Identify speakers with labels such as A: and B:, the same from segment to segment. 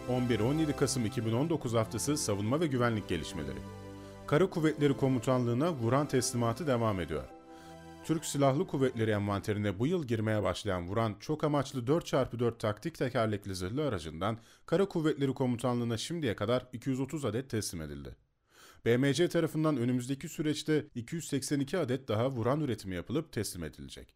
A: 11-17 Kasım 2019 haftası savunma ve güvenlik gelişmeleri. Kara Kuvvetleri Komutanlığı'na Vuran teslimatı devam ediyor. Türk Silahlı Kuvvetleri envanterine bu yıl girmeye başlayan Vuran, çok amaçlı 4x4 taktik tekerlekli zırhlı aracından Kara Kuvvetleri Komutanlığı'na şimdiye kadar 230 adet teslim edildi. BMC tarafından önümüzdeki süreçte 282 adet daha Vuran üretimi yapılıp teslim edilecek.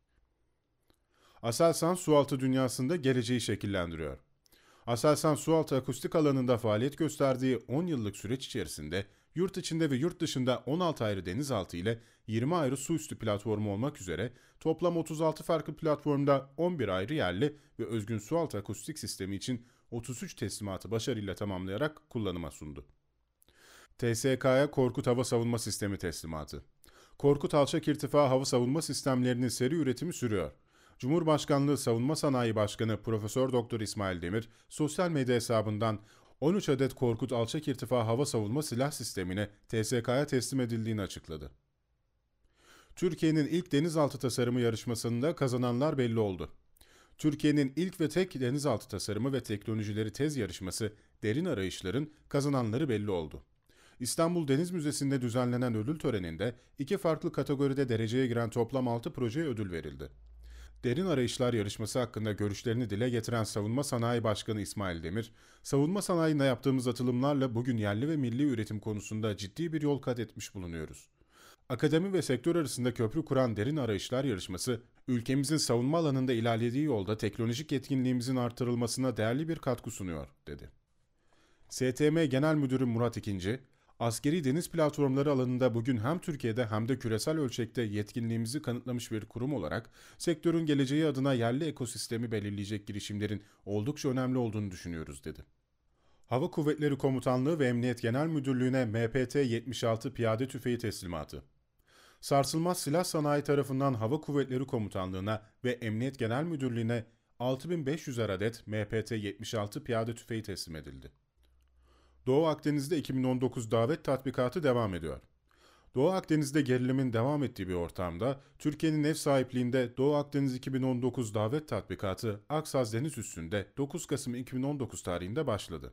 A: Aselsan sualtı dünyasında geleceği şekillendiriyor. Aselsan sualtı akustik alanında faaliyet gösterdiği 10 yıllık süreç içerisinde yurt içinde ve yurt dışında 16 ayrı denizaltı ile 20 ayrı su üstü platformu olmak üzere toplam 36 farklı platformda 11 ayrı yerli ve özgün sualtı akustik sistemi için 33 teslimatı başarıyla tamamlayarak kullanıma sundu. TSK'ya Korkut Hava Savunma Sistemi teslimatı. Korkut Alçak İrtifa Hava Savunma Sistemlerinin seri üretimi sürüyor. Cumhurbaşkanlığı Savunma Sanayi Başkanı Profesör Doktor İsmail Demir, sosyal medya hesabından 13 adet Korkut Alçak İrtifa Hava Savunma Silah Sistemi'ne TSK'ya teslim edildiğini açıkladı. Türkiye'nin ilk denizaltı tasarımı yarışmasında kazananlar belli oldu. Türkiye'nin ilk ve tek denizaltı tasarımı ve teknolojileri tez yarışması Derin Arayışlar'ın kazananları belli oldu. İstanbul Deniz Müzesi'nde düzenlenen ödül töreninde iki farklı kategoride dereceye giren toplam 6 projeye ödül verildi. Derin Arayışlar yarışması hakkında görüşlerini dile getiren Savunma Sanayi Başkanı İsmail Demir, savunma sanayinde yaptığımız atılımlarla bugün yerli ve milli üretim konusunda ciddi bir yol kat etmiş bulunuyoruz. Akademi ve sektör arasında köprü kuran Derin Arayışlar yarışması, ülkemizin savunma alanında ilerlediği yolda teknolojik yetkinliğimizin artırılmasına değerli bir katkı sunuyor, dedi. STM Genel Müdürü Murat İkinci, askeri deniz platformları alanında bugün hem Türkiye'de hem de küresel ölçekte yetkinliğimizi kanıtlamış bir kurum olarak sektörün geleceği adına yerli ekosistemi belirleyecek girişimlerin oldukça önemli olduğunu düşünüyoruz, dedi. Hava Kuvvetleri Komutanlığı ve Emniyet Genel Müdürlüğü'ne MPT-76 piyade tüfeği teslimatı. Sarsılmaz Silah Sanayi tarafından Hava Kuvvetleri Komutanlığı'na ve Emniyet Genel Müdürlüğü'ne 6500'er adet MPT-76 piyade tüfeği teslim edildi. Doğu Akdeniz'de 2019 davet tatbikatı devam ediyor. Doğu Akdeniz'de gerilimin devam ettiği bir ortamda, Türkiye'nin ev sahipliğinde Doğu Akdeniz 2019 davet tatbikatı Aksaz Deniz Üssü'nde 9 Kasım 2019 tarihinde başladı.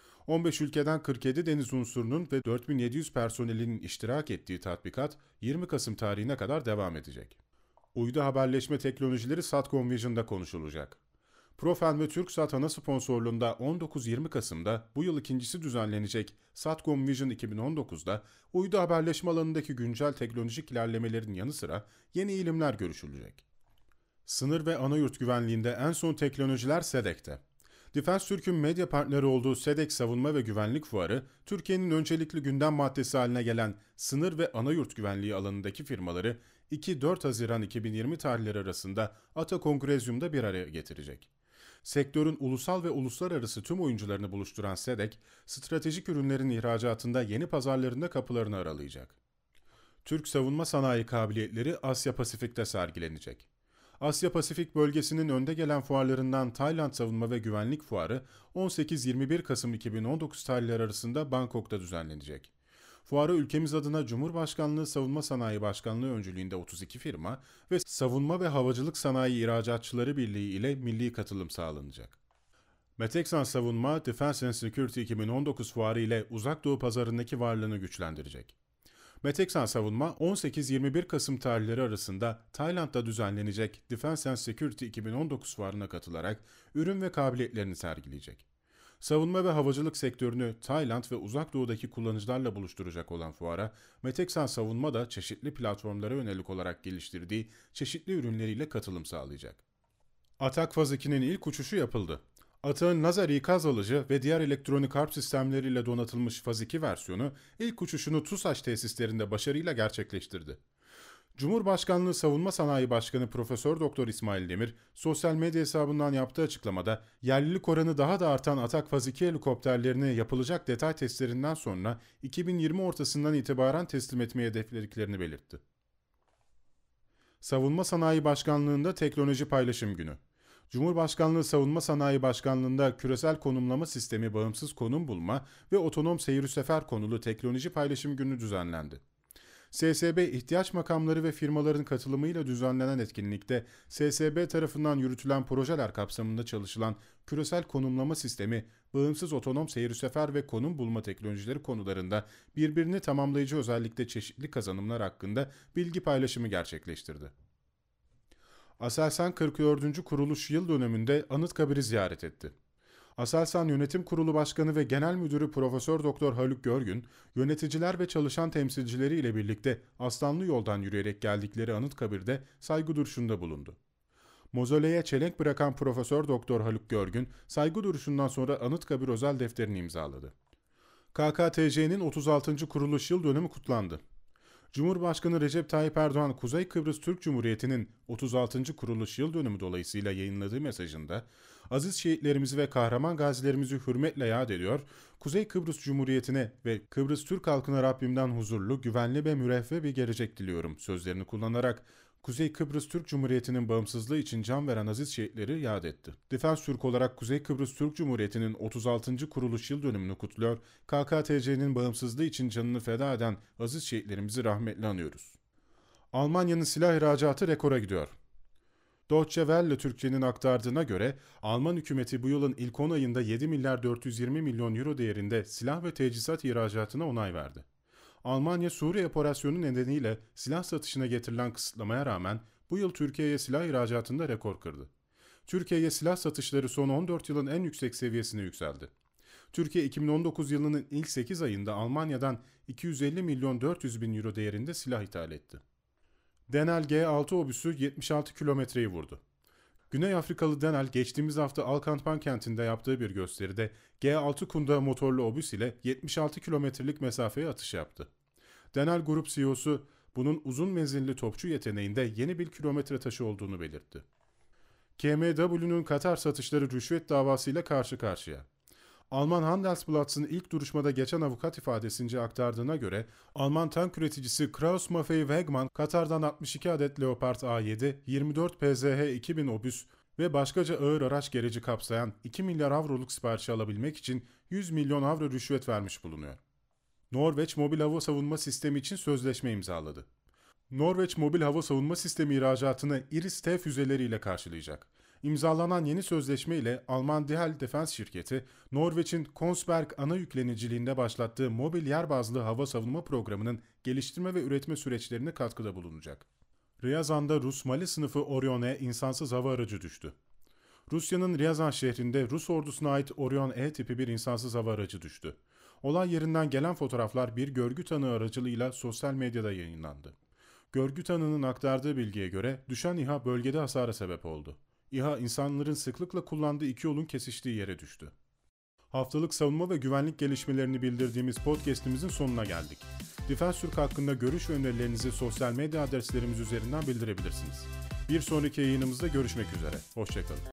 A: 15 ülkeden 47 deniz unsurunun ve 4700 personelinin iştirak ettiği tatbikat 20 Kasım tarihine kadar devam edecek. Uydu haberleşme teknolojileri Satcom Vision'da konuşulacak. Profen ve TürkSat ana sponsorluğunda 19-20 Kasım'da bu yıl ikincisi düzenlenecek Satcom Vision 2019'da uydu haberleşme alanındaki güncel teknolojik ilerlemelerin yanı sıra yeni ilimler görüşülecek. Sınır ve anayurt güvenliğinde en son teknolojiler SEDEC'te. Defense Türk'ün medya partneri olduğu SEDEC Savunma ve Güvenlik Fuarı, Türkiye'nin öncelikli gündem maddesi haline gelen sınır ve anayurt güvenliği alanındaki firmaları 2-4 Haziran 2020 tarihleri arasında Ata Kongrezyum'da bir araya getirecek. Sektörün ulusal ve uluslararası tüm oyuncularını buluşturan SEDEC, stratejik ürünlerin ihracatında yeni pazarlarında kapılarını aralayacak. Türk savunma sanayi kabiliyetleri Asya Pasifik'te sergilenecek. Asya Pasifik bölgesinin önde gelen fuarlarından Tayland Savunma ve Güvenlik Fuarı 18-21 Kasım 2019 tarihleri arasında Bangkok'ta düzenlenecek. Fuara ülkemiz adına Cumhurbaşkanlığı Savunma Sanayi Başkanlığı öncülüğünde 32 firma ve Savunma ve Havacılık Sanayi İhracatçıları Birliği ile milli katılım sağlanacak. Meteksan Savunma, Defense and Security 2019 fuarı ile Uzak Doğu pazarındaki varlığını güçlendirecek. Meteksan Savunma, 18-21 Kasım tarihleri arasında Tayland'da düzenlenecek Defense and Security 2019 fuarına katılarak ürün ve kabiliyetlerini sergileyecek. Savunma ve havacılık sektörünü Tayland ve Uzak Doğu'daki kullanıcılarla buluşturacak olan fuara, Meteksan Savunma da çeşitli platformlara yönelik olarak geliştirdiği çeşitli ürünleriyle katılım sağlayacak. Atak Faz 2'nin ilk uçuşu yapıldı. Atak'ın lazer ikaz alıcı ve diğer elektronik harp sistemleriyle donatılmış Faz 2 versiyonu ilk uçuşunu TUSAŞ tesislerinde başarıyla gerçekleştirdi. Cumhurbaşkanlığı Savunma Sanayi Başkanı Profesör Doktor İsmail Demir, sosyal medya hesabından yaptığı açıklamada, yerlilik oranı daha da artan Atak Faz 2 helikopterlerini yapılacak detay testlerinden sonra 2020 ortasından itibaren teslim etmeyi hedeflediklerini belirtti. Savunma Sanayi Başkanlığı'nda Teknoloji Paylaşım Günü. Cumhurbaşkanlığı Savunma Sanayi Başkanlığı'nda küresel konumlama sistemi bağımsız konum bulma ve otonom seyir sefer konulu teknoloji paylaşım günü düzenlendi. SSB ihtiyaç makamları ve firmaların katılımıyla düzenlenen etkinlikte SSB tarafından yürütülen projeler kapsamında çalışılan küresel konumlama sistemi, bağımsız otonom seyir sefer ve konum bulma teknolojileri konularında birbirini tamamlayıcı özellikle çeşitli kazanımlar hakkında bilgi paylaşımı gerçekleştirdi. Aselsan 44. kuruluş yıl dönümünde Anıtkabir'i ziyaret etti. Aselsan Yönetim Kurulu Başkanı ve Genel Müdürü Profesör Doktor Haluk Görgün, yöneticiler ve çalışan temsilcileri ile birlikte Aslanlı Yol'dan yürüyerek geldikleri Anıtkabir'de saygı duruşunda bulundu. Mozoleye çelenk bırakan Profesör Doktor Haluk Görgün, saygı duruşundan sonra Anıtkabir özel defterini imzaladı. KKTC'nin 36. kuruluş yıl dönümü kutlandı. Cumhurbaşkanı Recep Tayyip Erdoğan, Kuzey Kıbrıs Türk Cumhuriyeti'nin 36. kuruluş yıl dönümü dolayısıyla yayınladığı mesajında, aziz şehitlerimizi ve kahraman gazilerimizi hürmetle yad ediyor, Kuzey Kıbrıs Cumhuriyeti'ne ve Kıbrıs Türk halkına Rabbimden huzurlu, güvenli ve müreffeh bir gelecek diliyorum sözlerini kullanarak, Kuzey Kıbrıs Türk Cumhuriyeti'nin bağımsızlığı için can veren aziz şehitleri yad etti. Defens Türk olarak Kuzey Kıbrıs Türk Cumhuriyeti'nin 36. kuruluş yıl dönümünü kutluyor, KKTC'nin bağımsızlığı için canını feda eden aziz şehitlerimizi rahmetle anıyoruz. Almanya'nın silah ihracatı rekora gidiyor. Deutsche Welle Türkçe'nin aktardığına göre Alman hükümeti bu yılın ilk 10 ayında 7 milyar 420 milyon euro değerinde silah ve teçhizat ihracatına onay verdi. Almanya Suriye operasyonu nedeniyle silah satışına getirilen kısıtlamaya rağmen bu yıl Türkiye'ye silah ihracatında rekor kırdı. Türkiye'ye silah satışları son 14 yılın en yüksek seviyesine yükseldi. Türkiye 2019 yılının ilk 8 ayında Almanya'dan 250 milyon 400 bin euro değerinde silah ithal etti. Denel G6 obüsü 76 kilometreyi vurdu. Güney Afrikalı Denel geçtiğimiz hafta Alkantman kentinde yaptığı bir gösteride G6 Kunda motorlu obüs ile 76 kilometrelik mesafeye atış yaptı. Denel Grup CEO'su bunun uzun menzilli topçu yeteneğinde yeni bir kilometre taşı olduğunu belirtti. KMW'nun Katar satışları rüşvet davasıyla karşı karşıya. Alman Handelsblatt'ın ilk duruşmada geçen avukat ifadesince aktardığına göre Alman tank üreticisi Krauss Maffei Wegmann, Katar'dan 62 adet Leopard A7, 24 PZH 2000 obüs ve başkaca ağır araç gereci kapsayan 2 milyar avroluk siparişi alabilmek için 100 milyon avro rüşvet vermiş bulunuyor. Norveç mobil hava savunma sistemi için sözleşme imzaladı. Norveç mobil hava savunma sistemi ihracatını Iris-T füzeleriyle karşılayacak. İmzalanan yeni sözleşme ile Alman DHL Defense şirketi, Norveç'in Kongsberg ana yükleniciliğinde başlattığı mobil yer bazlı hava savunma programının geliştirme ve üretme süreçlerine katkıda bulunacak. Ryazan'da Rus Mali sınıfı Orion E insansız hava aracı düştü. Rusya'nın Ryazan şehrinde Rus ordusuna ait Orion E tipi bir insansız hava aracı düştü. Olay yerinden gelen fotoğraflar bir görgü tanığı aracılığıyla sosyal medyada yayınlandı. Görgü tanığının aktardığı bilgiye göre düşen İHA bölgede hasara sebep oldu. İHA insanların sıklıkla kullandığı iki yolun kesiştiği yere düştü. Haftalık savunma ve güvenlik gelişmelerini bildirdiğimiz podcast'imizin sonuna geldik. Defens Türk hakkında görüş ve önerilerinizi sosyal medya adreslerimiz üzerinden bildirebilirsiniz. Bir sonraki yayınımızda görüşmek üzere. Hoşçakalın.